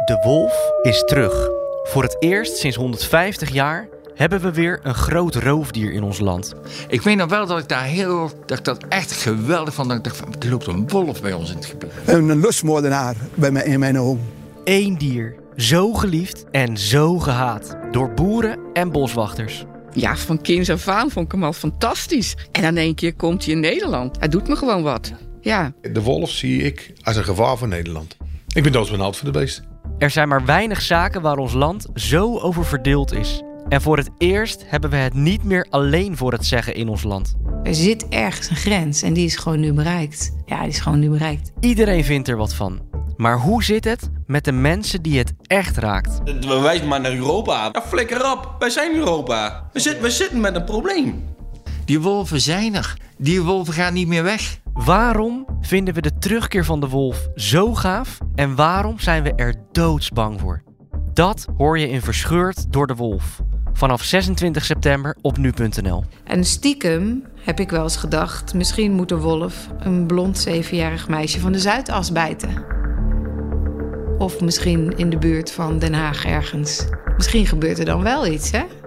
De wolf is terug. Voor het eerst sinds 150 jaar hebben we weer een groot roofdier in ons land. Ik weet nog wel dat ik dat echt geweldig vond. Dat ik dacht van, er loopt een wolf bij ons in het gebied. Een lustmoordenaar in mijn ogen. Eén dier, zo geliefd en zo gehaat. Door boeren en boswachters. Ja, van kinds af aan vond ik hem al fantastisch. En dan één keer komt hij in Nederland. Hij doet me gewoon wat. Ja. De wolf zie ik als een gevaar voor Nederland. Ik ben doodsbenauwd voor de beesten. Er zijn maar weinig zaken waar ons land zo over verdeeld is. En voor het eerst hebben we het niet meer alleen voor het zeggen in ons land. Er zit ergens een grens en die is gewoon nu bereikt. Ja, die is gewoon nu bereikt. Iedereen vindt er wat van. Maar hoe zit het met de mensen die het echt raakt? We wijzen maar naar Europa. Ja, flikker op, wij zijn Europa. We zitten met een probleem. Die wolven zijn er. Die wolven gaan niet meer weg. Waarom vinden we de terugkeer van de wolf zo gaaf en waarom zijn we er doodsbang voor? Dat hoor je in Verscheurd door de wolf. Vanaf 26 september op nu.nl. En stiekem heb ik wel eens gedacht, misschien moet de wolf een blond 7-jarig meisje van de Zuidas bijten. Of misschien in de buurt van Den Haag ergens. Misschien gebeurt er dan wel iets, hè?